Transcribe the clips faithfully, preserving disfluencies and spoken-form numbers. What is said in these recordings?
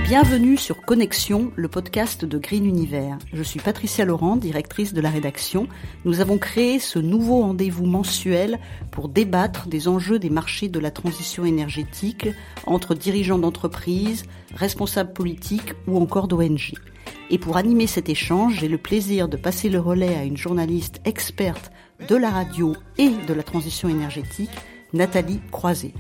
Bienvenue sur Connexion, le podcast de Green Univers. Je suis Patricia Laurent, directrice de la rédaction. Nous avons créé ce nouveau rendez-vous mensuel pour débattre des enjeux des marchés de la transition énergétique entre dirigeants d'entreprises, responsables politiques ou encore d'O N G. Et pour animer cet échange, j'ai le plaisir de passer le relais à une journaliste experte de la radio et de la transition énergétique, Nathalie Croiset.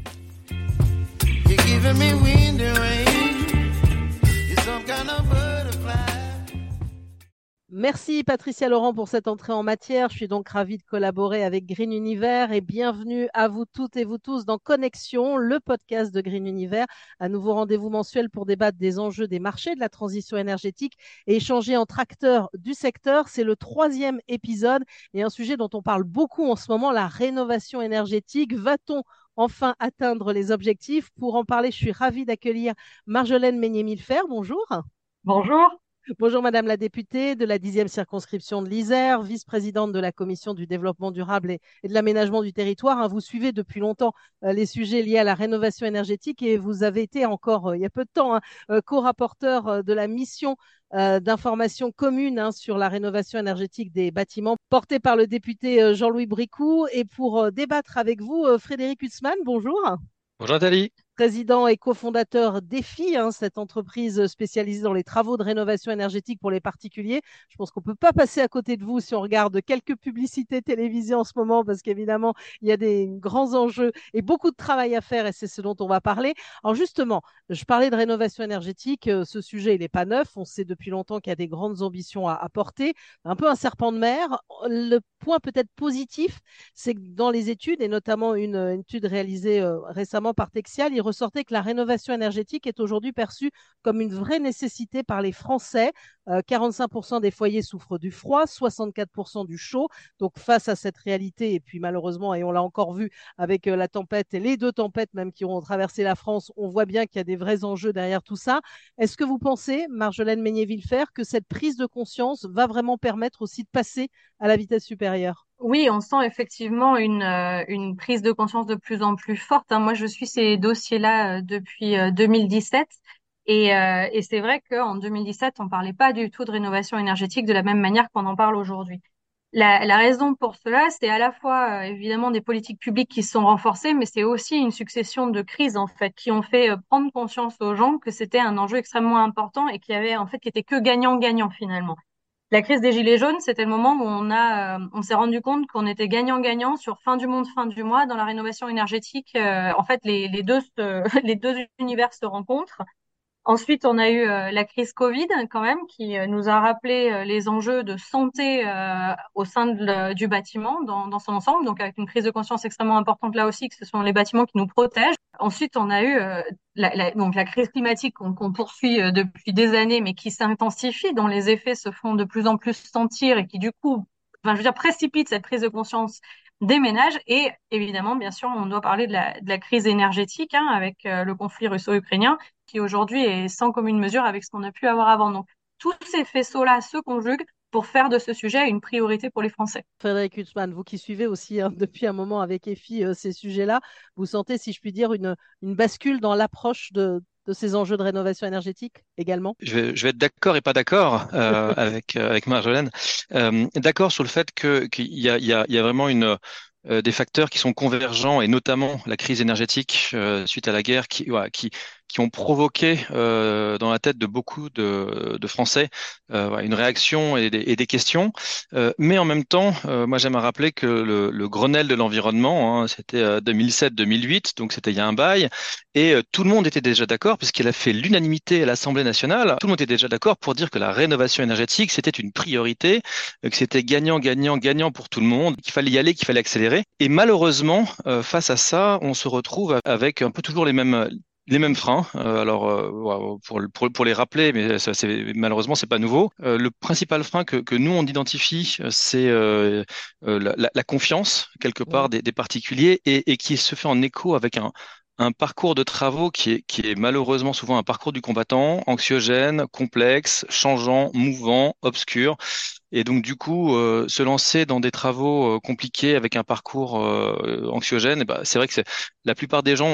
Merci Patricia Laurent pour cette entrée en matière. Je suis donc ravie de collaborer avec Green Univers et bienvenue à vous toutes et vous tous dans Connexion, le podcast de Green Univers. Un nouveau rendez-vous mensuel pour débattre des enjeux des marchés de la transition énergétique et échanger entre acteurs du secteur. C'est le troisième épisode et un sujet dont on parle beaucoup en ce moment, la rénovation énergétique. Va-t-on enfin atteindre les objectifs? Pour en parler, je suis ravie d'accueillir Marjolaine Meignet-Millefer. Bonjour. Bonjour. Bonjour Madame la députée de la dixième circonscription de l'Isère, vice-présidente de la Commission du développement durable et, et de l'aménagement du territoire. Hein, vous suivez depuis longtemps euh, les sujets liés à la rénovation énergétique et vous avez été encore, euh, il y a peu de temps, hein, euh, co-rapporteur euh, de la mission euh, d'information commune hein, sur la rénovation énergétique des bâtiments portée par le député euh, Jean-Louis Bricout. Et pour euh, débattre avec vous, euh, Frédéric Hussman, bonjour. Bonjour Nathalie. Président et cofondateur d'E F I, hein, cette entreprise spécialisée dans les travaux de rénovation énergétique pour les particuliers. Je pense qu'on ne peut pas passer à côté de vous si on regarde quelques publicités télévisées en ce moment, parce qu'évidemment, il y a des grands enjeux et beaucoup de travail à faire, et c'est ce dont on va parler. Alors justement, je parlais de rénovation énergétique. Ce sujet, il n'est pas neuf. On sait depuis longtemps qu'il y a des grandes ambitions à, à porter. Un peu un serpent de mer. Le point peut-être positif, c'est que dans les études, et notamment une, une étude réalisée euh, récemment par Texial, il ressortait que la rénovation énergétique est aujourd'hui perçue comme une vraie nécessité par les Français. Euh, quarante-cinq pour cent des foyers souffrent du froid, soixante-quatre pour cent du chaud. Donc face à cette réalité, et puis malheureusement, et on l'a encore vu avec euh, la tempête et les deux tempêtes même qui ont traversé la France, on voit bien qu'il y a des vrais enjeux derrière tout ça. Est-ce que vous pensez, Marjolaine Meignet-Millefer, que cette prise de conscience va vraiment permettre aussi de passer à la vitesse supérieure? Oui, on sent effectivement une, euh, une prise de conscience de plus en plus forte. Hein. Moi, je suis ces dossiers-là euh, depuis euh, deux mille dix-sept. Et, euh, et c'est vrai qu'en deux mille dix-sept, on parlait pas du tout de rénovation énergétique de la même manière qu'on en parle aujourd'hui. La, la raison pour cela, c'est à la fois euh, évidemment des politiques publiques qui se sont renforcées, mais c'est aussi une succession de crises en fait qui ont fait euh, prendre conscience aux gens que c'était un enjeu extrêmement important et qui avait en fait qui était que gagnant-gagnant finalement. La crise des Gilets jaunes, c'était le moment où on a, euh, on s'est rendu compte qu'on était gagnant-gagnant sur fin du monde, fin du mois dans la rénovation énergétique. Euh, en fait, les, les deux, se- les deux univers se rencontrent. Ensuite, on a eu euh, la crise Covid quand même, qui euh, nous a rappelé euh, les enjeux de santé euh, au sein de le- du bâtiment dans, dans son ensemble, donc avec une prise de conscience extrêmement importante là aussi, que ce sont les bâtiments qui nous protègent. Ensuite, on a eu euh, la, la- donc la crise climatique qu'on qu'on poursuit euh, depuis des années, mais qui s'intensifie, dont les effets se font de plus en plus sentir et qui du coup, enfin, je veux dire, précipite cette prise de conscience des ménages. Et évidemment, bien sûr, on doit parler de la, de la crise énergétique hein, avec euh, le conflit russo-ukrainien qui aujourd'hui est sans commune mesure avec ce qu'on a pu avoir avant. Donc, tous ces faisceaux-là se conjuguent pour faire de ce sujet une priorité pour les Français. Frédéric Hussman, vous qui suivez aussi hein, depuis un moment avec E F I euh, ces sujets-là, vous sentez, si je puis dire, une, une bascule dans l'approche de, de ces enjeux de rénovation énergétique également? Je vais, je vais être d'accord et pas d'accord euh, avec euh, avec Marjolaine. Euh, d'accord sur le fait que qu'il y a il y a il y a vraiment une euh, des facteurs qui sont convergents et notamment la crise énergétique euh, suite à la guerre qui ouais, qui qui ont provoqué euh, dans la tête de beaucoup de, de Français euh, ouais, une réaction et des, et des questions. Euh, mais en même temps, euh, moi j'aime à rappeler que le, le Grenelle de l'environnement, hein, c'était euh, deux mille sept deux mille huit, donc c'était il y a un bail. Et euh, tout le monde était déjà d'accord, puisqu'il a fait l'unanimité à l'Assemblée nationale. Tout le monde était déjà d'accord pour dire que la rénovation énergétique, c'était une priorité, euh, que c'était gagnant, gagnant, gagnant pour tout le monde, qu'il fallait y aller, qu'il fallait accélérer. Et malheureusement, euh, face à ça, on se retrouve avec un peu toujours les mêmes les mêmes freins. Euh, alors euh, ouais, pour, pour pour les rappeler, mais ça, c'est malheureusement c'est pas nouveau. Euh, le principal frein que que nous on identifie, euh, c'est euh, euh, la, la, la confiance quelque Mm. part des, des particuliers et, et qui se fait en écho avec un un parcours de travaux qui est, qui est malheureusement souvent un parcours du combattant, anxiogène, complexe, changeant, mouvant, obscur. Et donc du coup, euh, se lancer dans des travaux euh, compliqués avec un parcours euh, anxiogène, eh ben, c'est vrai que c'est, la plupart des gens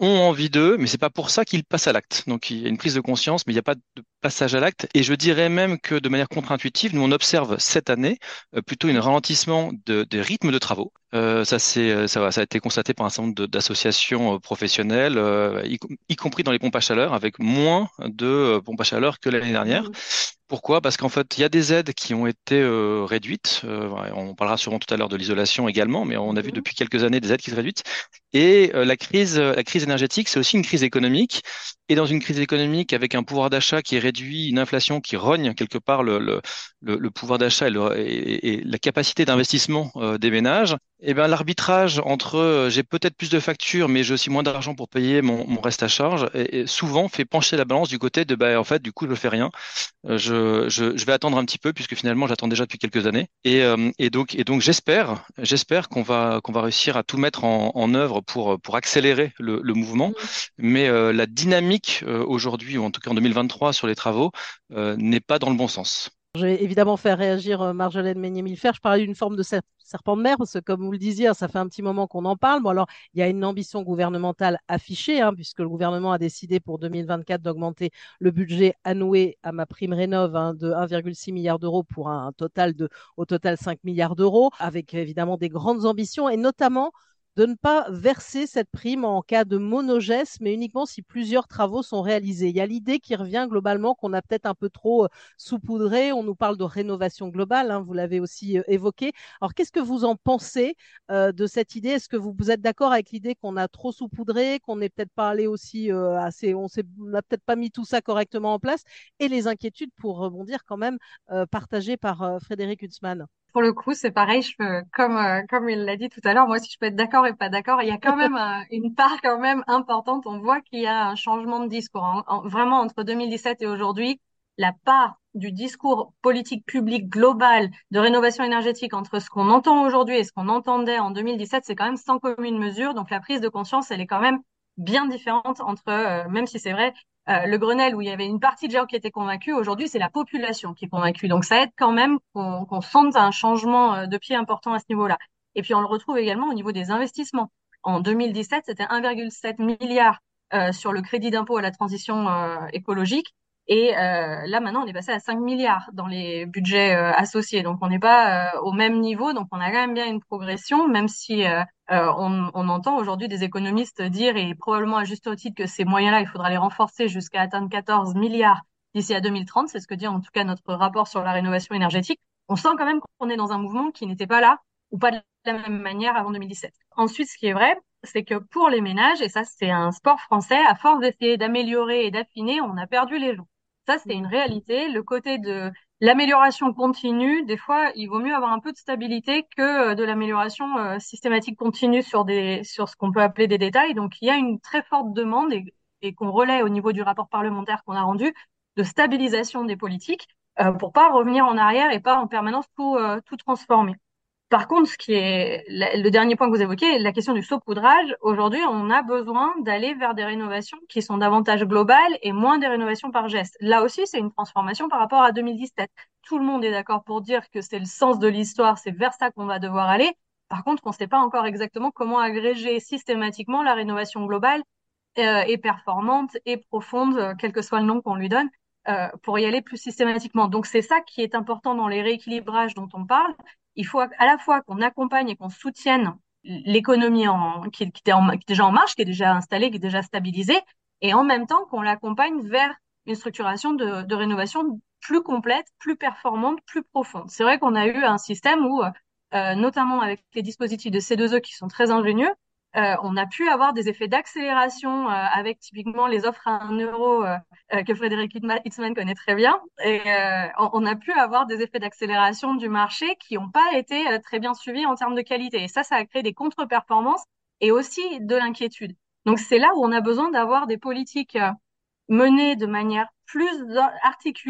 ont envie d'eux, mais c'est pas pour ça qu'ils passent à l'acte. Donc il y a une prise de conscience, mais il n'y a pas de passage à l'acte. Et je dirais même que de manière contre-intuitive, nous on observe cette année euh, plutôt un ralentissement de, des rythmes de travaux. Euh, ça, c'est, ça, va, ça a été constaté par un certain nombre de- d'associations euh, professionnelles, euh, y, y compris dans les pompes à chaleur, avec moins de euh, pompes à chaleur que l'année dernière. Mhm. Pourquoi? Parce qu'en fait, il y a des aides qui ont été euh, réduites. Euh, ouais, on parlera sûrement tout à l'heure de l'isolation également, mais on a vu Mhm. depuis quelques années des aides qui se réduisent. Et euh, la crise, euh, la crise énergétique, c'est aussi une crise économique. Et dans une crise économique, avec un pouvoir d'achat qui est réduit, une inflation qui rogne quelque part le, le, le, le pouvoir d'achat et, le- et- et la capacité d'investissement euh, des ménages, eh ben, l'arbitrage entre euh, j'ai peut-être plus de factures, mais j'ai aussi moins d'argent pour payer mon, mon reste à charge, et, et souvent fait pencher la balance du côté de, bah, en fait, du coup, je fais rien. Euh, je, je, je vais attendre un petit peu puisque finalement j'attends déjà depuis quelques années et, euh, et donc et donc j'espère j'espère qu'on va qu'on va réussir à tout mettre en, en œuvre pour pour accélérer le, le mouvement. Mhm. Mais euh, la dynamique euh, aujourd'hui ou en tout cas en deux mille vingt-trois sur les travaux euh, n'est pas dans le bon sens. Je vais évidemment faire réagir euh, Marjolaine Meignet-Millefer. Je parlais d'une forme de ser- serpent de mer, parce que comme vous le disiez, hein, ça fait un petit moment qu'on en parle. Bon, alors, il y a une ambition gouvernementale affichée, hein, puisque le gouvernement a décidé pour deux mille vingt-quatre d'augmenter le budget alloué à ma prime rénov', hein, de un virgule six milliard d'euros pour un, un total de, au total cinq milliards d'euros, avec évidemment des grandes ambitions, et notamment de ne pas verser cette prime en cas de monogeste, mais uniquement si plusieurs travaux sont réalisés. Il y a l'idée qui revient globalement qu'on a peut-être un peu trop saupoudré. On nous parle de rénovation globale, hein, vous l'avez aussi euh, évoqué. Alors, qu'est-ce que vous en pensez euh, de cette idée? Est-ce que vous, vous êtes d'accord avec l'idée qu'on a trop saupoudré, qu'on n'est peut-être pas allé aussi euh, assez, on n'a peut-être pas mis tout ça correctement en place, et les inquiétudes, pour rebondir quand même, euh, partagées par euh, Frédéric Huntsman? Pour le coup, c'est pareil, je peux, comme, euh, comme il l'a dit tout à l'heure, moi aussi je peux être d'accord et pas d'accord. Il y a quand même euh, une part quand même importante. On voit qu'il y a un changement de discours. En- en- vraiment, entre deux mille dix-sept et aujourd'hui, la part du discours politique public global de rénovation énergétique entre ce qu'on entend aujourd'hui et ce qu'on entendait en deux mille dix-sept, c'est quand même sans commune mesure. Donc la prise de conscience, elle est quand même bien différente entre, euh, même si c'est vrai, euh, le Grenelle où il y avait une partie de gens qui étaient convaincus, aujourd'hui c'est la population qui est convaincue. Donc ça aide quand même qu'on qu'on sente un changement euh, de pied important à ce niveau-là. Et puis on le retrouve également au niveau des investissements. En deux mille dix-sept, c'était un virgule sept milliard euh, sur le crédit d'impôt à la transition euh, écologique. Et euh, là maintenant, on est passé à cinq milliards dans les budgets euh, associés. Donc on n'est pas euh, au même niveau. Donc on a quand même bien une progression, même si euh, euh, on, on entend aujourd'hui des économistes dire, et probablement à juste titre, que ces moyens-là, il faudra les renforcer jusqu'à atteindre quatorze milliards d'ici à deux mille trente. C'est ce que dit en tout cas notre rapport sur la rénovation énergétique. On sent quand même qu'on est dans un mouvement qui n'était pas là ou pas de la même manière avant deux mille dix-sept. Ensuite, ce qui est vrai, c'est que pour les ménages, et ça c'est un sport français, à force d'essayer d'améliorer et d'affiner, on a perdu les gens. Ça, c'est une réalité. Le côté de l'amélioration continue, des fois, il vaut mieux avoir un peu de stabilité que euh, de l'amélioration euh, systématique continue sur des, sur ce qu'on peut appeler des détails. Donc, il y a une très forte demande et, et qu'on relaie au niveau du rapport parlementaire qu'on a rendu de stabilisation des politiques euh, pour pas revenir en arrière et pas en permanence tout, euh, tout transformer. Par contre, ce qui est le dernier point que vous évoquez, la question du saupoudrage. Aujourd'hui, on a besoin d'aller vers des rénovations qui sont davantage globales et moins des rénovations par geste. Là aussi, c'est une transformation par rapport à deux mille dix-sept. Tout le monde est d'accord pour dire que c'est le sens de l'histoire, c'est vers ça qu'on va devoir aller. Par contre, on ne sait pas encore exactement comment agréger systématiquement la rénovation globale euh, et performante et profonde, euh, quel que soit le nom qu'on lui donne, euh, pour y aller plus systématiquement. Donc c'est ça qui est important dans les rééquilibrages dont on parle. Il faut à la fois qu'on accompagne et qu'on soutienne l'économie en, qui, qui, est en, qui est déjà en marche, qui est déjà installée, qui est déjà stabilisée, et en même temps qu'on l'accompagne vers une structuration de, de rénovation plus complète, plus performante, plus profonde. C'est vrai qu'on a eu un système où, euh, notamment avec les dispositifs de C deux E qui sont très ingénieux, euh, on a pu avoir des effets d'accélération euh, avec typiquement les offres à un euro euh, euh, que Frédéric Hitzmann connaît très bien. Et euh, on, on a pu avoir des effets d'accélération du marché qui n'ont pas été euh, très bien suivis en termes de qualité. Et ça, ça a créé des contre-performances et aussi de l'inquiétude. Donc c'est là où on a besoin d'avoir des politiques euh, menées de manière plus articulée,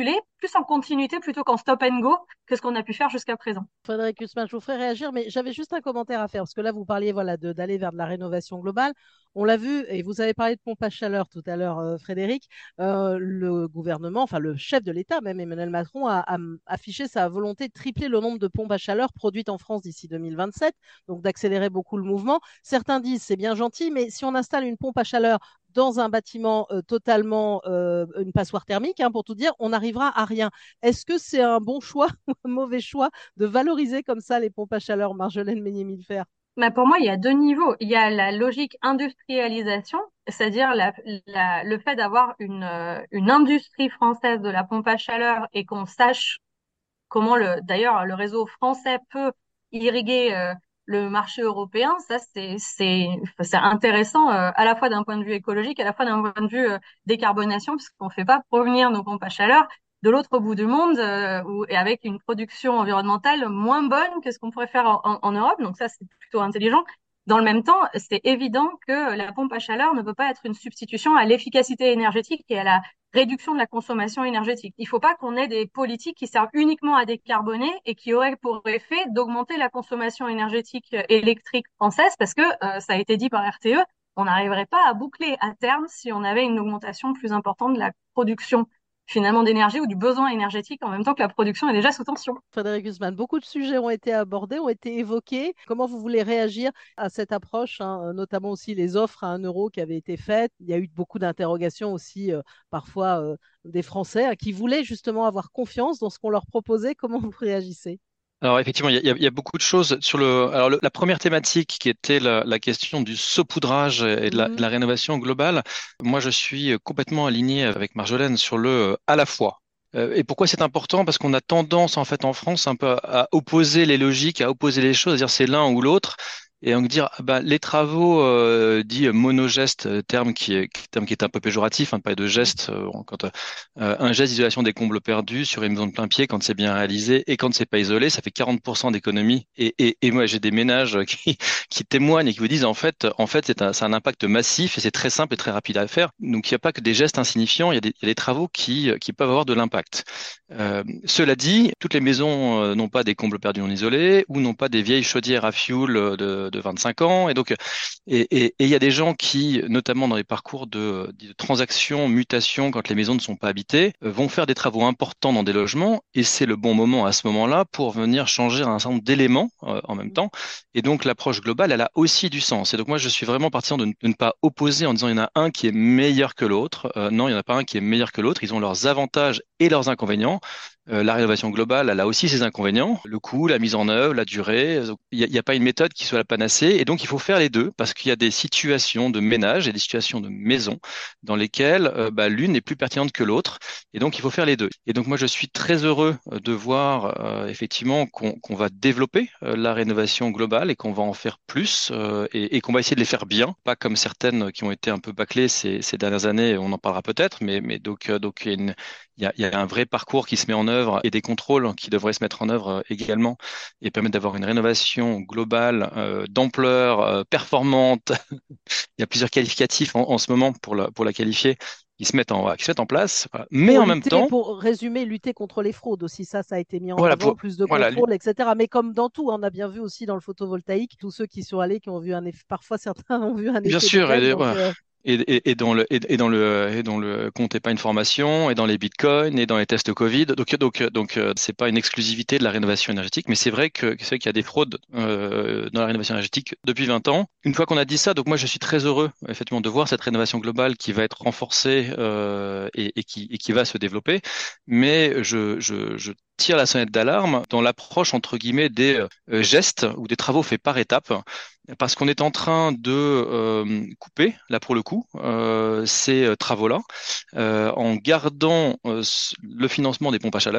plus en continuité plutôt qu'en stop and go que ce qu'on a pu faire jusqu'à présent. Frédéric Hussman, je vous ferai réagir, mais j'avais juste un commentaire à faire, parce que là, vous parliez voilà, de, d'aller vers de la rénovation globale. On l'a vu, et vous avez parlé de pompe à chaleur tout à l'heure, euh, Frédéric, euh, le gouvernement, enfin le chef de l'État, même Emmanuel Macron, a, a affiché sa volonté de tripler le nombre de pompes à chaleur produites en France d'ici deux mille vingt-sept, donc d'accélérer beaucoup le mouvement. Certains disent c'est bien gentil, mais si on installe une pompe à chaleur dans un bâtiment euh, totalement, euh, une passoire thermique, hein, pour tout dire, on n'arrivera à rien. Est-ce que c'est un bon choix ou un mauvais choix de valoriser comme ça les pompes à chaleur, Marjolaine Meunier-Millefert? Bah pour moi, il y a deux niveaux. Il y a la logique industrialisation, c'est-à-dire la, la- le fait d'avoir une, euh, une industrie française de la pompe à chaleur et qu'on sache comment le, d'ailleurs, le réseau français peut irriguer euh, le marché européen. Ça, c'est, c'est, c'est intéressant euh, à la fois d'un point de vue écologique, à la fois d'un point de vue euh, décarbonation, puisqu'on ne fait pas provenir nos pompes à chaleur de l'autre bout du monde euh, où, et avec une production environnementale moins bonne que ce qu'on pourrait faire en, en, en Europe. Donc ça, c'est plutôt intelligent. Dans le même temps, c'est évident que la pompe à chaleur ne peut pas être une substitution à l'efficacité énergétique et à la réduction de la consommation énergétique. Il ne faut pas qu'on ait des politiques qui servent uniquement à décarboner et qui auraient pour effet d'augmenter la consommation énergétique électrique française parce que, euh, ça a été dit par R T E, on n'arriverait pas à boucler à terme si on avait une augmentation plus importante de la production finalement d'énergie ou du besoin énergétique en même temps que la production est déjà sous tension. Frédéric Guzman, beaucoup de sujets ont été abordés, ont été évoqués. Comment vous voulez réagir à cette approche, hein, notamment aussi les offres à un euro qui avaient été faites? Il y a eu beaucoup d'interrogations aussi, euh, parfois euh, des Français hein, qui voulaient justement avoir confiance dans ce qu'on leur proposait. Comment vous réagissez? Alors effectivement, il y a, il y a- il y a beaucoup de choses sur le. Alors le- la première thématique qui était la, la question du saupoudrage et de la, de Mhm. la rénovation globale. Moi, je suis complètement aligné avec Marjolaine sur le euh, à la fois. Euh, Et pourquoi c'est important? Parce qu'on a tendance en fait en France un peu à, à opposer les logiques, à opposer les choses, à dire c'est l'un ou l'autre. Et donc dire ah bah, les travaux euh, dits monogeste, euh, terme qui est terme qui est un peu péjoratif, hein, de parler de geste euh, quand euh, un geste d'isolation des combles perdus sur une maison de plein pied, quand c'est bien réalisé et quand c'est pas isolé, ça fait quarante pour cent d'économie. Et, et, et moi, j'ai des ménages qui, qui témoignent et qui vous disent, en fait, en fait, c'est un, c'est un impact massif et c'est très simple et très rapide à faire. Donc, il n'y a pas que des gestes insignifiants, il y a des, il y a des travaux qui, qui peuvent avoir de l'impact. Euh, cela dit, toutes les maisons euh, n'ont pas des combles perdus non isolés ou n'ont pas des vieilles chaudières à fioul euh, de, de vingt-cinq ans. Et donc, et, et, et il y a des gens qui, notamment dans les parcours de, de transaction, mutation, quand les maisons ne sont pas habitées, euh, vont faire des travaux importants dans des logements, et c'est le bon moment à ce moment-là pour venir changer un certain nombre d'éléments euh, en même temps. Et donc l'approche globale, elle a aussi du sens. Et donc moi, je suis vraiment partisan de, ne de ne pas opposer en disant il y en a un qui est meilleur que l'autre. Euh, non, il n'y en a pas un qui est meilleur que l'autre. Ils ont leurs avantages et leurs inconvénients. Euh, la rénovation globale, elle a aussi ses inconvénients, le coût, la mise en œuvre, la durée. Donc, Il n'y a, il y a pas une méthode qui soit la panacée, et donc il faut faire les deux parce qu'il y a des situations de ménage et des situations de maison dans lesquelles euh, bah, l'une est plus pertinente que l'autre, et donc il faut faire les deux. Et donc moi je suis très heureux euh, de voir euh, effectivement qu'on qu'on va développer euh, la rénovation globale et qu'on va en faire plus euh, et, et qu'on va essayer de les faire bien, pas comme certaines qui ont été un peu bâclées ces, ces dernières années. On en parlera peut-être, mais mais donc euh, donc il y a une il y a, il y a un vrai parcours qui se met en œuvre et des contrôles qui devraient se mettre en œuvre euh, également et permettre d'avoir une rénovation globale euh, d'ampleur, euh, performante. Il y a plusieurs qualificatifs en, en ce moment pour la, pour la qualifier qui se mettent en, voilà, qui se mettent en place. Voilà. Mais Pour en même lutter, temps, pour résumer, lutter contre les fraudes aussi, ça, ça a été mis en voilà, avant, pour, plus de voilà, contrôle, et cetera. Mais comme dans tout, on a bien vu aussi dans le photovoltaïque, tous ceux qui sont allés, qui ont vu un effet, parfois certains ont vu un bien effet sûr, d'aubaine. et, Donc, voilà. euh, Et, et, et dans le et, et dans le et dans le compte épargne formation et dans les bitcoins et dans les tests Covid. Donc donc donc euh, c'est pas une exclusivité de la rénovation énergétique, mais c'est vrai que c'est vrai qu'il y a des fraudes euh, dans la rénovation énergétique depuis vingt ans. Une fois qu'on a dit ça, donc moi je suis très heureux effectivement de voir cette rénovation globale qui va être renforcée euh, et, et qui et qui va se développer. Mais je je je tire la sonnette d'alarme dans l'approche entre guillemets des euh, gestes ou des travaux faits par étapes parce qu'on est en train de euh, couper, là pour le coup, euh, ces euh, travaux-là, euh, en gardant euh, le financement des pompes à chaleur.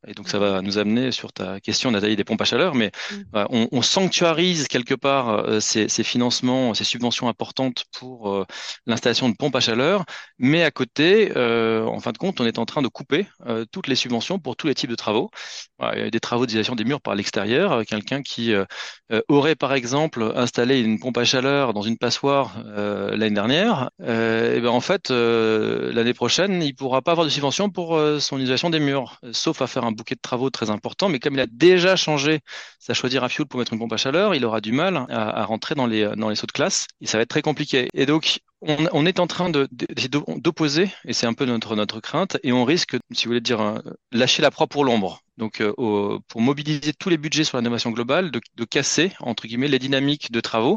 Et donc ça va nous amener sur ta question, Nathalie, des pompes à chaleur, mais Mm. euh, on, on sanctuarise quelque part euh, ces, ces financements, ces subventions importantes pour euh, l'installation de pompes à chaleur, mais à côté, euh, en fin de compte, on est en train de couper euh, toutes les subventions pour tous les types de travaux. Voilà, il y a des travaux d'isolation des murs par l'extérieur. Euh, Quelqu'un qui euh, euh, aurait par exemple installé une pompe à chaleur dans une passoire euh, l'année dernière, euh, et ben en fait euh, l'année prochaine, il pourra pas avoir de subvention pour euh, son isolation des murs, sauf à faire un bouquet de travaux très important. Mais comme il a déjà changé sa chaudière à fioul pour mettre une pompe à chaleur, il aura du mal à, à rentrer dans les dans les sauts de classe et ça va être très compliqué. Et donc on, on est en train de, de- d'opposer, et c'est un peu notre notre crainte, et on risque, si vous voulez dire, euh, lâcher la proie pour l'ombre. Donc, euh, au- pour mobiliser tous les budgets sur l'innovation globale, de, de casser, entre guillemets, les dynamiques de travaux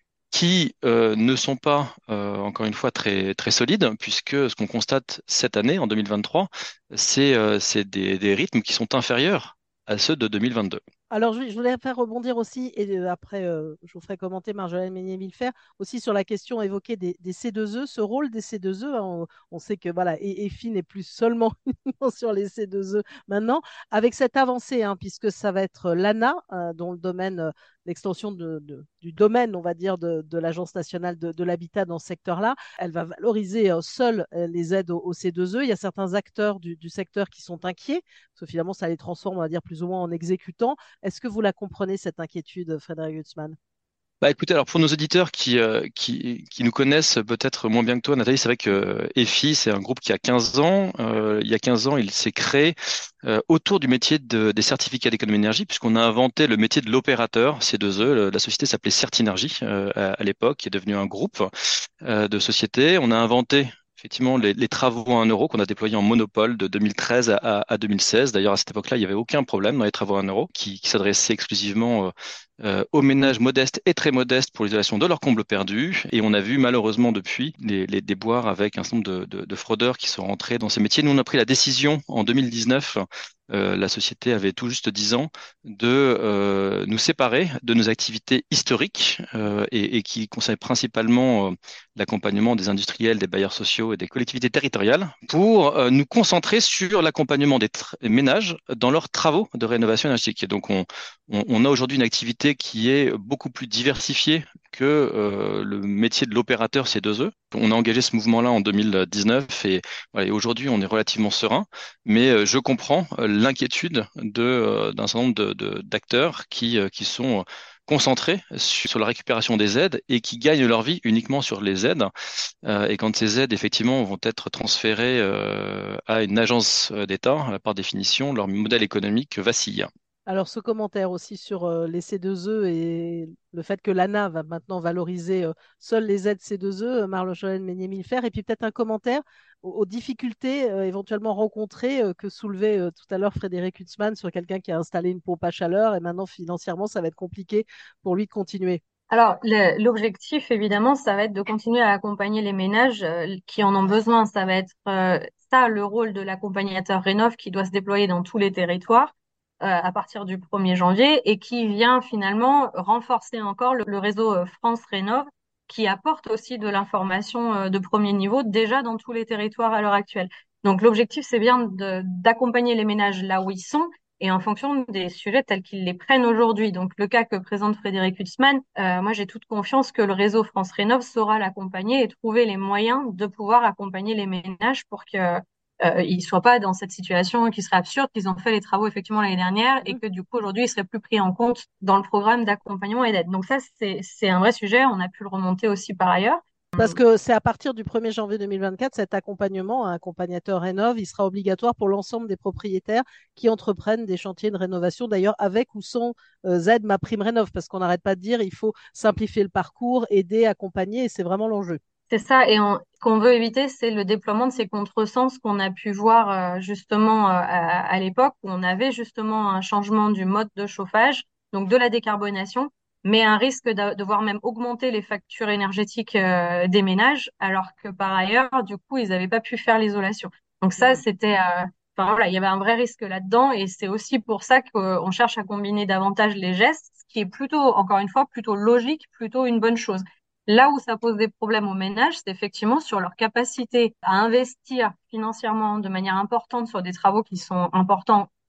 qui euh, ne sont pas, euh, encore une fois, très, très solides, puisque ce qu'on constate cette année, en deux mille vingt-trois, c'est euh, c'est des, des rythmes qui sont inférieurs à ceux de deux mille vingt-deux. Alors, je, je voulais faire rebondir aussi, et euh, après, euh, je vous ferai commenter Marjolaine Meunier-Villefer, aussi sur la question évoquée des, des C deux E, ce rôle des C deux E. Hein, on, on sait que voilà, E- EFI n'est plus seulement sur les C deux E maintenant, avec cette avancée, hein, puisque ça va être l'A N A, euh, dont le domaine, euh, l'extension de, de- du domaine, on va dire, de, de l'Agence nationale de, de l'habitat dans ce secteur-là. Elle va valoriser euh, seule euh, les aides au, au C deux E. Il y a certains acteurs du, du secteur qui sont inquiets, parce que finalement, ça les transforme, on va dire, plus ou moins en exécutants. Est-ce que vous la comprenez, cette inquiétude, Frédéric Gutzmann? Bah écoutez, alors pour nos auditeurs qui, euh, qui, qui nous connaissent peut-être moins bien que toi, Nathalie, c'est vrai que euh, EFI, c'est un groupe qui a quinze ans. Euh, il y a quinze ans, il s'est créé euh, autour du métier de- des certificats d'économie d'énergie, puisqu'on a inventé le métier de l'opérateur, C deux E. Le- La société s'appelait Certinergie euh, à, à l'époque, qui est devenu un groupe euh, de sociétés. On a inventé effectivement les, les travaux à un euro qu'on a déployés en monopole de deux mille treize à, à, à deux mille seize. D'ailleurs, à cette époque-là, il n'y avait aucun problème dans les travaux à un euro qui, qui s'adressaient exclusivement euh, euh, aux ménages modestes et très modestes pour l'isolation de leurs combles perdus. Et on a vu malheureusement depuis les, les déboires avec un certain nombre de, de, de fraudeurs qui sont rentrés dans ces métiers. Nous, on a pris la décision en deux mille dix-neuf, euh, la société avait tout juste dix ans, de euh, nous séparer de nos activités historiques euh, et, et qui concernent principalement euh, l'accompagnement des industriels, des bailleurs sociaux et des collectivités territoriales pour euh, nous concentrer sur l'accompagnement des tr- ménages dans leurs travaux de rénovation énergétique. Et donc, on, on, on a aujourd'hui une activité qui est beaucoup plus diversifiée que euh, le métier de l'opérateur C deux E. On a engagé ce mouvement-là en deux mille dix-neuf et, voilà, et aujourd'hui, on est relativement serein. Mais euh, je comprends euh, l'inquiétude de, euh, d'un certain nombre de, de- d'acteurs qui, euh, qui sont concentrés sur, sur la récupération des aides et qui gagnent leur vie uniquement sur les aides. Euh, et quand ces aides, effectivement, vont être transférées euh, à une agence euh, d'État, euh, par définition, leur modèle économique vacille. Alors, ce commentaire aussi sur euh, les C deux E et le fait que l'A N A va maintenant valoriser euh, seules les aides C deux E, euh, Marjolaine Meunier-Villefer, et puis peut-être un commentaire aux, aux difficultés euh, éventuellement rencontrées euh, que soulevait euh, tout à l'heure Frédéric Hutzmann sur quelqu'un qui a installé une pompe à chaleur et maintenant financièrement ça va être compliqué pour lui de continuer. Alors, le- l'objectif, évidemment, ça va être de continuer à accompagner les ménages euh, qui en ont besoin. Ça va être euh, ça le rôle de l'accompagnateur Rénov qui doit se déployer dans tous les territoires euh, à partir du premier janvier et qui vient finalement renforcer encore le, le réseau euh, France Rénov qui apporte aussi de l'information euh, de premier niveau déjà dans tous les territoires à l'heure actuelle. Donc, l'objectif, c'est bien de- d'accompagner les ménages là où ils sont et en fonction des sujets tels qu'ils les prennent aujourd'hui. Donc, le cas que présente Frédéric Hutzmann, euh, moi, j'ai toute confiance que le réseau France Rénov saura l'accompagner et trouver les moyens de pouvoir accompagner les ménages pour que euh, ils soient pas dans cette situation qui serait absurde, qu'ils ont fait les travaux effectivement l'année dernière et Mhm. que du coup aujourd'hui ils seraient plus pris en compte dans le programme d'accompagnement et d'aide. Donc ça c'est c'est un vrai sujet. On a pu le remonter aussi par ailleurs. Parce que c'est à partir du premier janvier deux mille vingt-quatre, cet accompagnement, un accompagnateur Rénov, il sera obligatoire pour l'ensemble des propriétaires qui entreprennent des chantiers de rénovation, d'ailleurs avec ou sans euh, aide Ma Prime Rénov, parce qu'on n'arrête pas de dire il faut simplifier le parcours, aider, accompagner, et c'est vraiment l'enjeu. C'est ça, et on- ce qu'on veut éviter, c'est le déploiement de ces contresens qu'on a pu voir euh, justement euh, à, à l'époque où on avait justement un changement du mode de chauffage, donc de la décarbonation, mais un risque de, de voir même augmenter les factures énergétiques euh, des ménages, alors que par ailleurs, du coup, ils n'avaient pas pu faire l'isolation. Donc ça, Mm. c'était, euh, enfin voilà, il y avait un vrai risque là-dedans, et c'est aussi pour ça qu'on cherche à combiner davantage les gestes, ce qui est plutôt, encore une fois, plutôt logique, plutôt une bonne chose. Là où ça pose des problèmes aux ménages, c'est effectivement sur leur capacité à investir financièrement de manière importante sur des travaux qui sont importants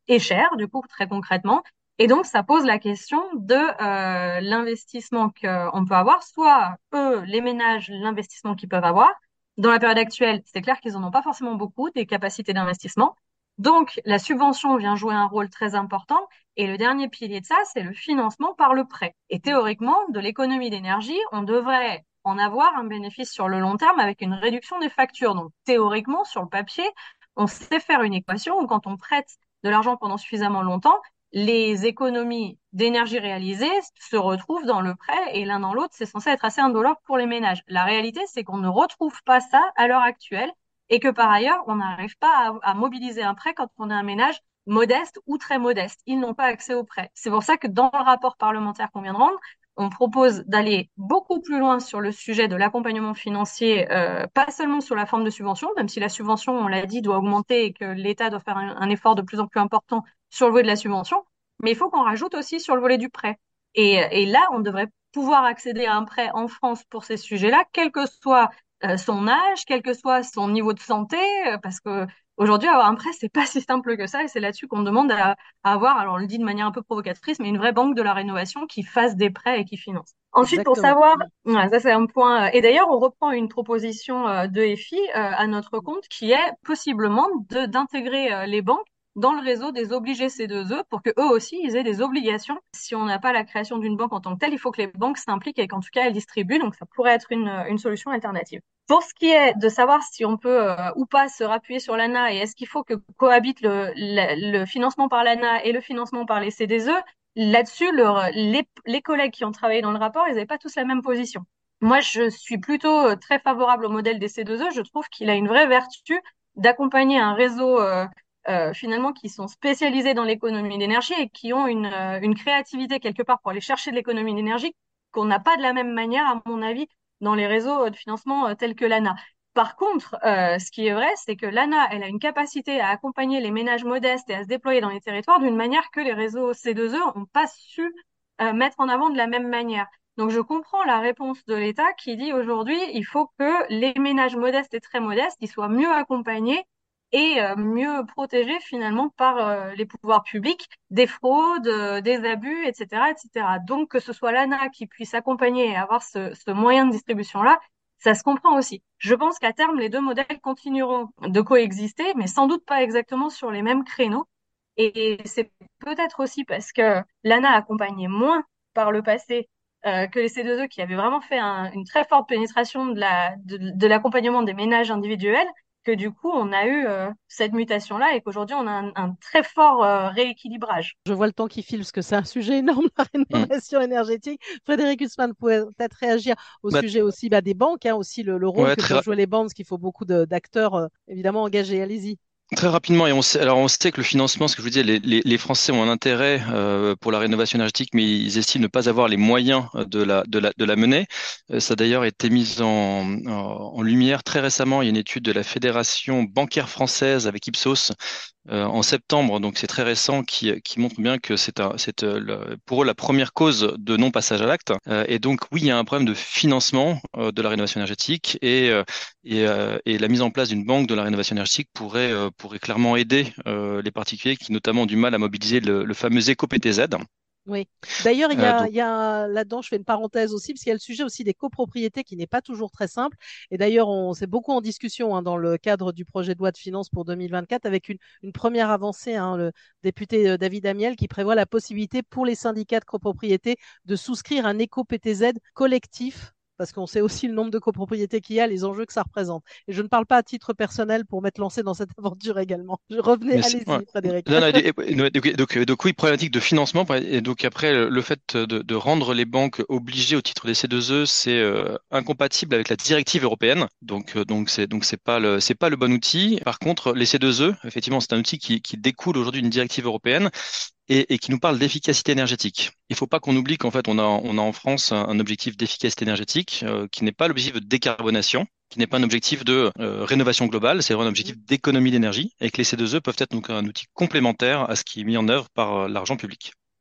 est cher, du coup, très concrètement. Et donc, ça pose la question de euh, l'investissement qu'on peut avoir, soit eux, les ménages, l'investissement qu'ils peuvent avoir. Dans la période actuelle, c'est clair qu'ils n'en ont pas forcément beaucoup, des capacités d'investissement. Donc, la subvention vient jouer un rôle très important. Et le dernier pilier de ça, c'est le financement par le prêt. Et théoriquement, de l'économie d'énergie, on devrait en avoir un bénéfice sur le long terme avec une réduction des factures. Donc, théoriquement, sur le papier, on sait faire une équation où quand on prête de l'argent pendant suffisamment longtemps, les économies d'énergie réalisées se retrouvent dans le prêt et l'un dans l'autre, c'est censé être assez indolore pour les ménages. La réalité, c'est qu'on ne retrouve pas ça à l'heure actuelle et que par ailleurs, on n'arrive pas à, à mobiliser un prêt quand on est un ménage modeste ou très modeste. Ils n'ont pas accès au prêt. C'est pour ça que dans le rapport parlementaire qu'on vient de rendre, on propose d'aller beaucoup plus loin sur le sujet de l'accompagnement financier, euh, pas seulement sur la forme de subvention, même si la subvention, on l'a dit, doit augmenter et que l'État doit faire un, un effort de plus en plus important sur le volet de la subvention, mais il faut qu'on rajoute aussi sur le volet du prêt. Et, et là, on devrait pouvoir accéder à un prêt en France pour ces sujets-là, quel que soit euh, son âge, quel que soit son niveau de santé, euh, parce que aujourd'hui, avoir un prêt, c'est pas si simple que ça, et c'est là-dessus qu'on demande à, à avoir, alors on le dit de manière un peu provocatrice, mais une vraie banque de la rénovation qui fasse des prêts et qui finance. Ensuite, pour Exactement. savoir, ouais, ça c'est un point, euh, et d'ailleurs, on reprend une proposition euh, de F I euh, à notre compte qui est possiblement de d'intégrer euh, les banques dans le réseau des obligés C deux E pour que eux aussi ils aient des obligations. Si on n'a pas la création d'une banque en tant que telle, il faut que les banques s'impliquent et qu'en tout cas elles distribuent. Donc ça pourrait être une, une solution alternative. Pour ce qui est de savoir si on peut euh, ou pas se rappuyer sur l'A N A et est-ce qu'il faut que cohabitent le, le, le financement par l'A N A et le financement par les C D E, là-dessus, leur, les, les collègues qui ont travaillé dans le rapport, ils n'avaient pas tous la même position. Moi, je suis plutôt très favorable au modèle des C deux E. Je trouve qu'il a une vraie vertu d'accompagner un réseau euh, euh, finalement qui sont spécialisés dans l'économie d'énergie et qui ont une, euh, une créativité quelque part pour aller chercher de l'économie d'énergie qu'on n'a pas de la même manière, à mon avis, dans les réseaux de financement euh, tels que l'A N A. Par contre, euh, ce qui est vrai, c'est que l'A N A, elle a une capacité à accompagner les ménages modestes et à se déployer dans les territoires d'une manière que les réseaux C deux E n'ont pas su euh, mettre en avant de la même manière. Donc, je comprends la réponse de l'État qui dit aujourd'hui, il faut que les ménages modestes et très modestes, ils soient mieux accompagnés et euh, mieux protégés finalement par euh, les pouvoirs publics des fraudes, euh, des abus, et cetera, et cetera. Donc, que ce soit l'A N A qui puisse accompagner et avoir ce, ce moyen de distribution-là, ça se comprend aussi. Je pense qu'à terme, les deux modèles continueront de coexister, mais sans doute pas exactement sur les mêmes créneaux. Et c'est peut-être aussi parce que l'A N A accompagnait moins par le passé euh, que les C deux E qui avaient vraiment fait un, une très forte pénétration de la, de, de l'accompagnement des ménages individuels, que du coup, on a eu euh, cette mutation-là et qu'aujourd'hui, on a un, un très fort euh, rééquilibrage. Je vois le temps qui file parce que c'est un sujet énorme, la Mm. rénovation énergétique. Frédéric Hussmann pouvait peut-être réagir au Bah, sujet aussi bah, des banques, hein, aussi le, le rôle ouais, que très, peuvent ra- jouer les banques, parce qu'il faut beaucoup de- d'acteurs euh, évidemment engagés. Allez-y. très rapidement, et on sait, alors on sait que le financement, ce que je vous disais, les, les, les Français ont un intérêt euh, pour la rénovation énergétique, mais ils estiment ne pas avoir les moyens euh, de la, de la, de la mener. Euh, ça a d'ailleurs été mis en, en, en lumière très récemment. Il y a une étude de la Fédération bancaire française avec Ipsos euh, en septembre, donc c'est très récent, qui, qui montre bien que c'est un, c'est euh, le- pour eux la première cause de non-passage à l'acte. Euh, et donc oui, il y a un problème de financement euh, de la rénovation énergétique et, euh, et, euh, et la mise en place d'une banque de la rénovation énergétique pourrait, euh, pourrait clairement aider euh, les particuliers qui notamment ont du mal à mobiliser le, le fameux éco-P T Z. Oui. D'ailleurs, il y Euh, a, donc il y a là-dedans, je fais une parenthèse aussi, parce qu'il y a le sujet aussi des copropriétés qui n'est pas toujours très simple. Et d'ailleurs, on c'est beaucoup en discussion hein, dans le cadre du projet de loi de finances pour deux mille vingt-quatre, avec une, une première avancée, hein, le député euh, David Amiel, qui prévoit la possibilité pour les syndicats de copropriété de souscrire un éco-P T Z collectif. Parce qu'on sait aussi le nombre de copropriétés qu'il y a, les enjeux que ça représente. Et je ne parle pas à titre personnel pour m'être lancé dans cette aventure également. Je revenais, Mais c'est- ouais. allez-y, Frédéric. Non, non, et- et- et- donc, donc, donc oui, problématique de financement. Et donc après, le fait de, de rendre les banques obligées au titre des C deux E, c'est euh, incompatible avec la directive européenne. Donc, euh, donc c'est donc c'est pas le c'est pas le bon outil. Par contre, les C deux E, effectivement, c'est un outil qui, qui découle aujourd'hui d'une directive européenne et, et qui nous parle d'efficacité énergétique. Il faut pas qu'on oublie qu'en fait, on a, on a en France un, un objectif d'efficacité énergétique euh, qui n'est pas l'objectif de décarbonation, qui n'est pas un objectif de euh, rénovation globale, c'est vraiment un objectif d'économie d'énergie, et que les C deux E peuvent être donc un outil complémentaire à ce qui est mis en œuvre par euh, l'argent public.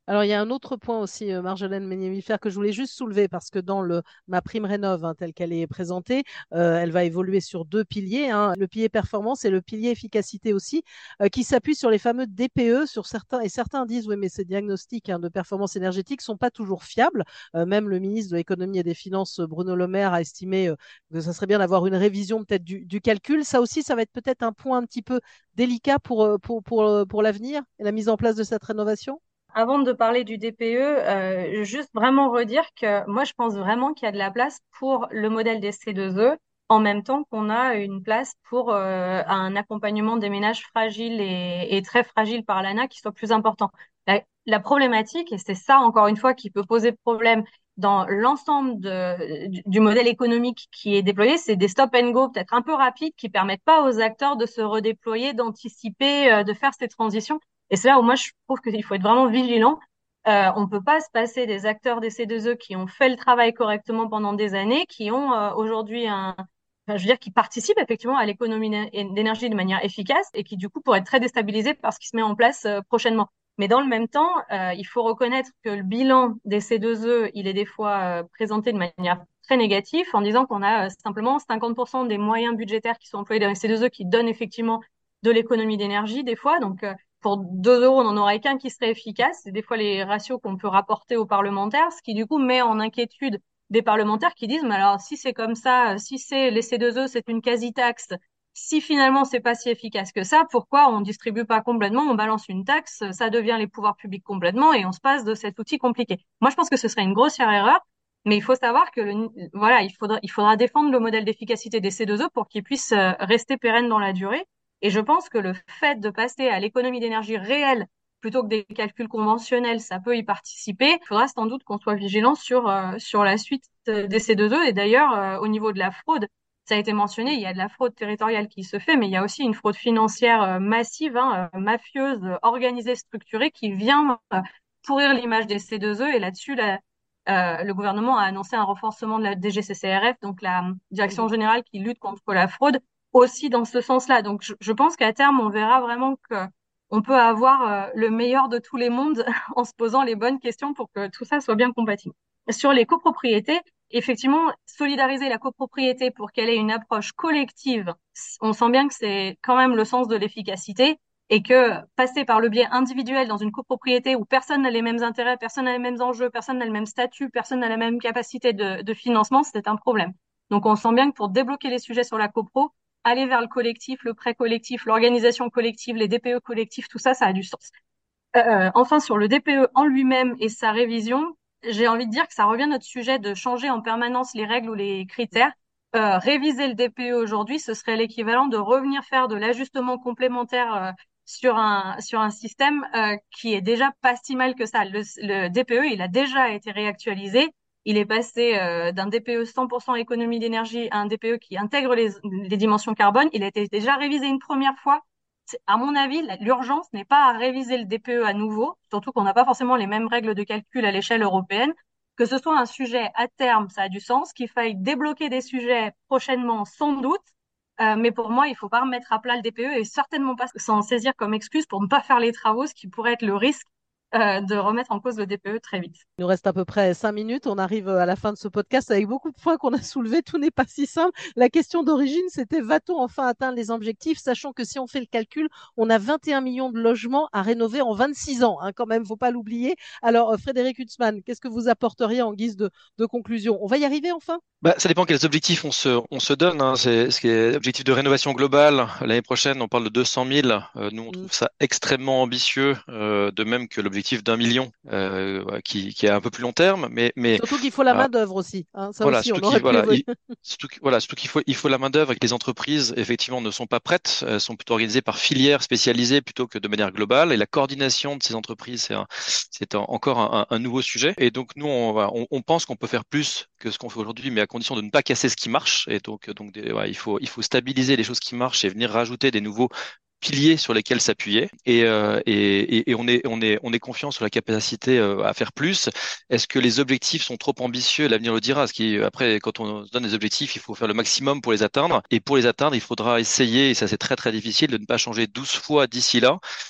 Alors, il y a un autre point aussi, euh, Marjolaine Ménier-Viffer, que je voulais juste soulever parce que dans le, ma prime rénov, hein, telle qu'elle est présentée, euh, elle va évoluer sur deux piliers, hein, le pilier performance et le pilier efficacité aussi, euh, qui s'appuient sur les fameux D P E. Sur certains, et certains disent, oui, mais ces diagnostics, hein, de performance énergétique sont pas toujours fiables. Euh, même le ministre de l'économie et des finances, Bruno Le Maire, a estimé euh, que ça serait bien d'avoir une révision peut-être du, du calcul. Ça aussi, ça va être peut-être un point un petit peu délicat pour, euh, pour, pour, euh, pour l'avenir et la mise en place de cette rénovation. Avant de parler du D P E, euh, juste vraiment redire que moi, je pense vraiment qu'il y a de la place pour le modèle des C deux E, en même temps qu'on a une place pour euh, un accompagnement des ménages fragiles et, et très fragiles par l'A N A qui soit plus important. La, la problématique, et c'est ça encore une fois qui peut poser problème dans l'ensemble de, du, du modèle économique qui est déployé, c'est des stop and go peut-être un peu rapides qui permettent pas aux acteurs de se redéployer, d'anticiper, euh, de faire ces transitions. Et c'est là où moi, je trouve qu'il faut être vraiment vigilant. Euh, on ne peut pas se passer des acteurs des C deux E qui ont fait le travail correctement pendant des années, qui ont euh, aujourd'hui un, enfin, je veux dire, qui participent effectivement à l'économie d'énergie de manière efficace et qui, du coup, pourraient être très déstabilisés par ce qui se met en place euh, prochainement. Mais dans le même temps, euh, il faut reconnaître que le bilan des C deux E, il est des fois euh, présenté de manière très négative en disant qu'on a euh, simplement cinquante pour cent des moyens budgétaires qui sont employés dans les C deux E qui donnent effectivement de l'économie d'énergie des fois. Donc, euh, pour deux euros, on n'en aurait qu'un qui serait efficace. C'est des fois les ratios qu'on peut rapporter aux parlementaires, ce qui du coup met en inquiétude des parlementaires qui disent, mais alors si c'est comme ça, si c'est les C deux E, c'est une quasi-taxe, si finalement c'est pas si efficace que ça, pourquoi on distribue pas complètement, on balance une taxe, ça devient les pouvoirs publics complètement et on se passe de cet outil compliqué. Moi, je pense que ce serait une grossière erreur. Mais il faut savoir que le, voilà, il faudra, il faudra défendre le modèle d'efficacité des C deux E pour qu'il puisse euh, rester pérenne dans la durée. Et je pense que le fait de passer à l'économie d'énergie réelle plutôt que des calculs conventionnels, ça peut y participer. Il faudra sans doute qu'on soit vigilant sur, euh, sur la suite des C deux E. Et d'ailleurs, euh, au niveau de la fraude, ça a été mentionné, il y a de la fraude territoriale qui se fait, mais il y a aussi une fraude financière euh, massive, hein, euh, mafieuse, euh, organisée, structurée, qui vient euh, pourrir l'image des C deux E. Et là-dessus, la, euh, le gouvernement a annoncé un renforcement de la D G C C R F, donc la Direction générale qui lutte contre la fraude, aussi dans ce sens-là. Donc, je, je pense qu'à terme, on verra vraiment que on peut avoir euh, le meilleur de tous les mondes en se posant les bonnes questions pour que tout ça soit bien compatible. Sur les copropriétés, effectivement, solidariser la copropriété pour qu'elle ait une approche collective, on sent bien que c'est quand même le sens de l'efficacité et que passer par le biais individuel dans une copropriété où personne n'a les mêmes intérêts, personne n'a les mêmes enjeux, personne n'a le même statut, personne n'a la même capacité de, de financement, c'est un problème. Donc, on sent bien que pour débloquer les sujets sur la copro, aller vers le collectif, le prêt collectif, l'organisation collective, les D P E collectifs, tout ça, ça a du sens. Euh, enfin, sur le D P E en lui-même et sa révision, j'ai envie de dire que ça revient à notre sujet de changer en permanence les règles ou les critères. Euh, réviser le D P E aujourd'hui, ce serait l'équivalent de revenir faire de l'ajustement complémentaire euh, sur un sur un système euh, qui est déjà pas si mal que ça. Le, le D P E, il a déjà été réactualisé. Il est passé euh, d'un D P E cent pour cent économie d'énergie à un D P E qui intègre les, les dimensions carbone. Il a été déjà révisé une première fois. À mon avis, l'urgence n'est pas à réviser le D P E à nouveau, surtout qu'on n'a pas forcément les mêmes règles de calcul à l'échelle européenne. Que ce soit un sujet à terme, ça a du sens. Qu'il faille débloquer des sujets prochainement, sans doute. Euh, mais pour moi, il ne faut pas remettre à plat le D P E et certainement pas s'en saisir comme excuse pour ne pas faire les travaux, ce qui pourrait être le risque euh, de remettre en cause le D P E très vite. Il nous reste à peu près cinq minutes. On arrive à la fin de ce podcast avec beaucoup de points qu'on a soulevés. Tout n'est pas si simple. La question d'origine, c'était va-t-on enfin atteindre les objectifs, sachant que si on fait le calcul, on a vingt et un millions de logements à rénover en vingt-six ans, hein, quand même, faut pas l'oublier. Alors, Frédéric Hutzmann, qu'est-ce que vous apporteriez en guise de, de conclusion? On va y arriver enfin? Bah, ça dépend quels objectifs on se, on se donne. Hein. C'est ce qui est objectif de rénovation globale. L'année prochaine, on parle de deux cent mille. Euh, nous, on trouve ça extrêmement ambitieux, euh, de même que l'objectif d'un million, euh, qui, qui est un peu plus long terme. Mais, mais surtout qu'il faut la euh, main d'œuvre aussi. Hein, ça voilà, aussi, on surtout aurait qu'il pu voilà, évoluer. il, surtout, que- voilà, surtout qu'il faut, il faut la main d'œuvre et que les entreprises, effectivement, ne sont pas prêtes. Elles sont plutôt organisées par filières spécialisées plutôt que de manière globale. Et la coordination de ces entreprises, c'est un, c'est un- encore un, un nouveau sujet. Et donc, nous, on, va- on, on pense qu'on peut faire plus que ce qu'on fait aujourd'hui, mais à condition de ne pas casser ce qui marche. Et donc, donc des- ouais, il faut, il faut stabiliser les choses qui marchent et venir rajouter des nouveaux piliers sur lesquels s'appuyer. Et, euh, et, et, et on est, on est, on est confiant sur la capacité euh, à faire plus. Est-ce que les objectifs sont trop ambitieux? L'avenir le dira. Ce qui, après, quand on se donne des objectifs, il faut faire le maximum pour les atteindre. Et pour les atteindre, il faudra essayer, et ça c'est très très difficile, de ne pas changer douze fois d'ici là.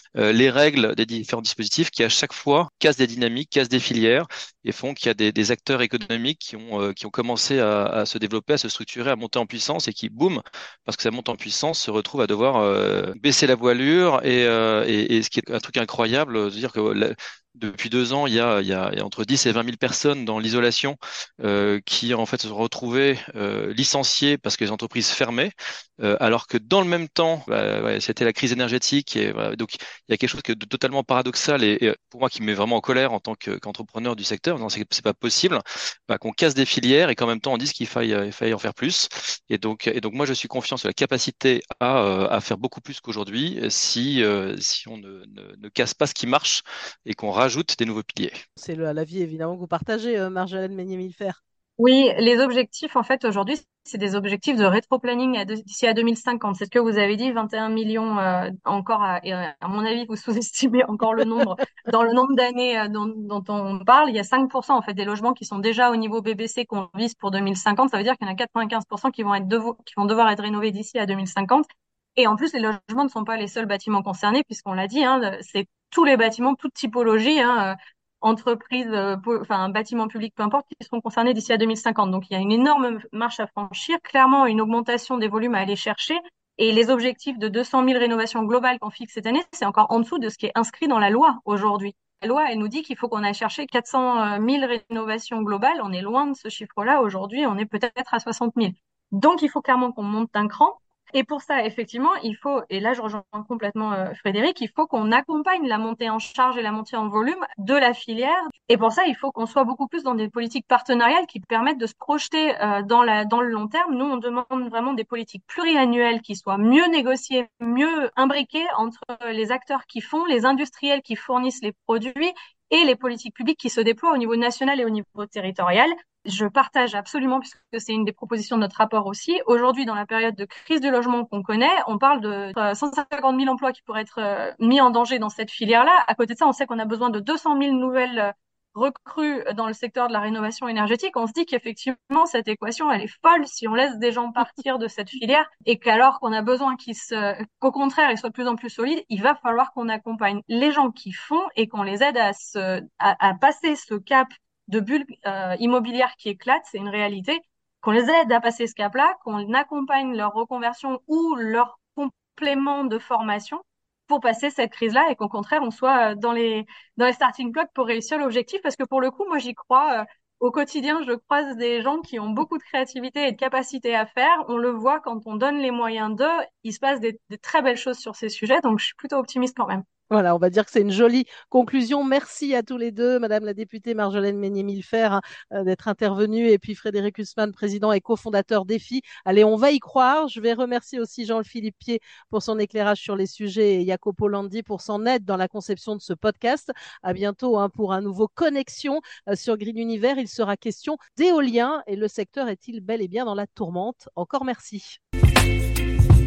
euh, les règles des différents dispositifs qui à chaque fois cassent des dynamiques, cassent des filières et font qu'il y a des, des acteurs économiques qui ont euh, qui ont commencé à, à se développer, à se structurer, à monter en puissance et qui, boum, parce que ça monte en puissance, se retrouvent à devoir euh, baisser la voilure et, euh, et, et ce qui est un truc incroyable, de dire que la, depuis deux ans, il y a, il y a, il y a entre dix et vingt mille personnes dans l'isolation euh, qui en fait se sont retrouvées euh, licenciées parce que les entreprises fermaient, euh, alors que dans le même temps, bah, ouais, c'était la crise énergétique et voilà, donc il y a quelque chose de totalement paradoxal et, et pour moi qui me met vraiment en colère en tant que, qu'entrepreneur du secteur. Non, c'est, c'est pas possible bah, qu'on casse des filières et qu'en même temps on dise qu'il faille, il faille en faire plus. Et donc, et donc moi je suis confiant sur la capacité à, euh, à faire beaucoup plus qu'aujourd'hui si, euh, si on ne, ne, ne casse pas ce qui marche et qu'on rajoute des nouveaux piliers. C'est le, l'avis évidemment que vous partagez, euh, Marjolaine Meignet-Millefert. Oui, les objectifs, en fait, aujourd'hui, c'est des objectifs de rétroplanning à de- d'ici à deux mille cinquante. C'est ce que vous avez dit, vingt et un millions euh, encore. À, et, euh, à mon avis, vous sous-estimez encore le nombre. Dans le nombre d'années euh, dont, dont on parle, il y a cinq pour cent en fait des logements qui sont déjà au niveau B B C qu'on vise pour deux mille cinquante. Ça veut dire qu'il y en a quatre-vingt-quinze pour cent qui vont être devo- qui vont devoir être rénovés d'ici à deux mille cinquante. Et en plus, les logements ne sont pas les seuls bâtiments concernés, puisqu'on l'a dit, hein, c'est tous les bâtiments, toute typologie. Hein, entreprises, euh, po- enfin bâtiments publics, peu importe, qui seront concernés d'ici à deux mille cinquante. Donc il y a une énorme marche à franchir, clairement une augmentation des volumes à aller chercher. Et les objectifs de deux cent mille rénovations globales qu'on fixe cette année, c'est encore en dessous de ce qui est inscrit dans la loi aujourd'hui. La loi, elle nous dit qu'il faut qu'on aille chercher quatre cent mille rénovations globales. On est loin de ce chiffre-là. Aujourd'hui, on est peut-être à soixante mille. Donc, il faut clairement qu'on monte d'un cran. Et pour ça, effectivement, il faut, et là je rejoins complètement euh, Frédéric, il faut qu'on accompagne la montée en charge et la montée en volume de la filière. Et pour ça, il faut qu'on soit beaucoup plus dans des politiques partenariales qui permettent de se projeter euh, dans la, dans le long terme. Nous, on demande vraiment des politiques pluriannuelles qui soient mieux négociées, mieux imbriquées entre les acteurs qui font, les industriels qui fournissent les produits et les politiques publiques qui se déploient au niveau national et au niveau territorial. Je partage absolument, puisque c'est une des propositions de notre rapport aussi. Aujourd'hui, dans la période de crise du logement qu'on connaît, on parle de cent cinquante mille emplois qui pourraient être euh, mis en danger dans cette filière-là. À côté de ça, on sait qu'on a besoin de deux cent mille nouvelles euh, recrues dans le secteur de la rénovation énergétique. On se dit qu'effectivement, cette équation, elle est folle si on laisse des gens partir de cette filière et qu'alors qu'on a besoin qu'ils se, qu'au contraire, ils soient de plus en plus solides, il va falloir qu'on accompagne les gens qui font et qu'on les aide à se, à, à passer ce cap de bulles euh, immobilières qui éclatent, c'est une réalité, qu'on les aide à passer ce cap-là, qu'on accompagne leur reconversion ou leur complément de formation pour passer cette crise-là et qu'au contraire, on soit dans les, dans les starting blocks pour réussir l'objectif. Parce que pour le coup, moi, j'y crois. Euh, au quotidien, je croise des gens qui ont beaucoup de créativité et de capacité à faire. On le voit quand on donne les moyens d'eux, il se passe des, des très belles choses sur ces sujets. Donc, je suis plutôt optimiste quand même. Voilà, on va dire que c'est une jolie conclusion. Merci à tous les deux, Madame la députée Marjolaine Meignet-Millefert, hein, euh, d'être intervenue, et puis Frédéric Hussmann, président et cofondateur d'E F I. Allez, on va y croire. Je vais remercier aussi Jean-Philippe Pied pour son éclairage sur les sujets et Jacopo Landi pour son aide dans la conception de ce podcast. À bientôt hein, pour un nouveau Connexion euh, sur Green Univers. Il sera question d'éolien et le secteur est-il bel et bien dans la tourmente? Encore merci.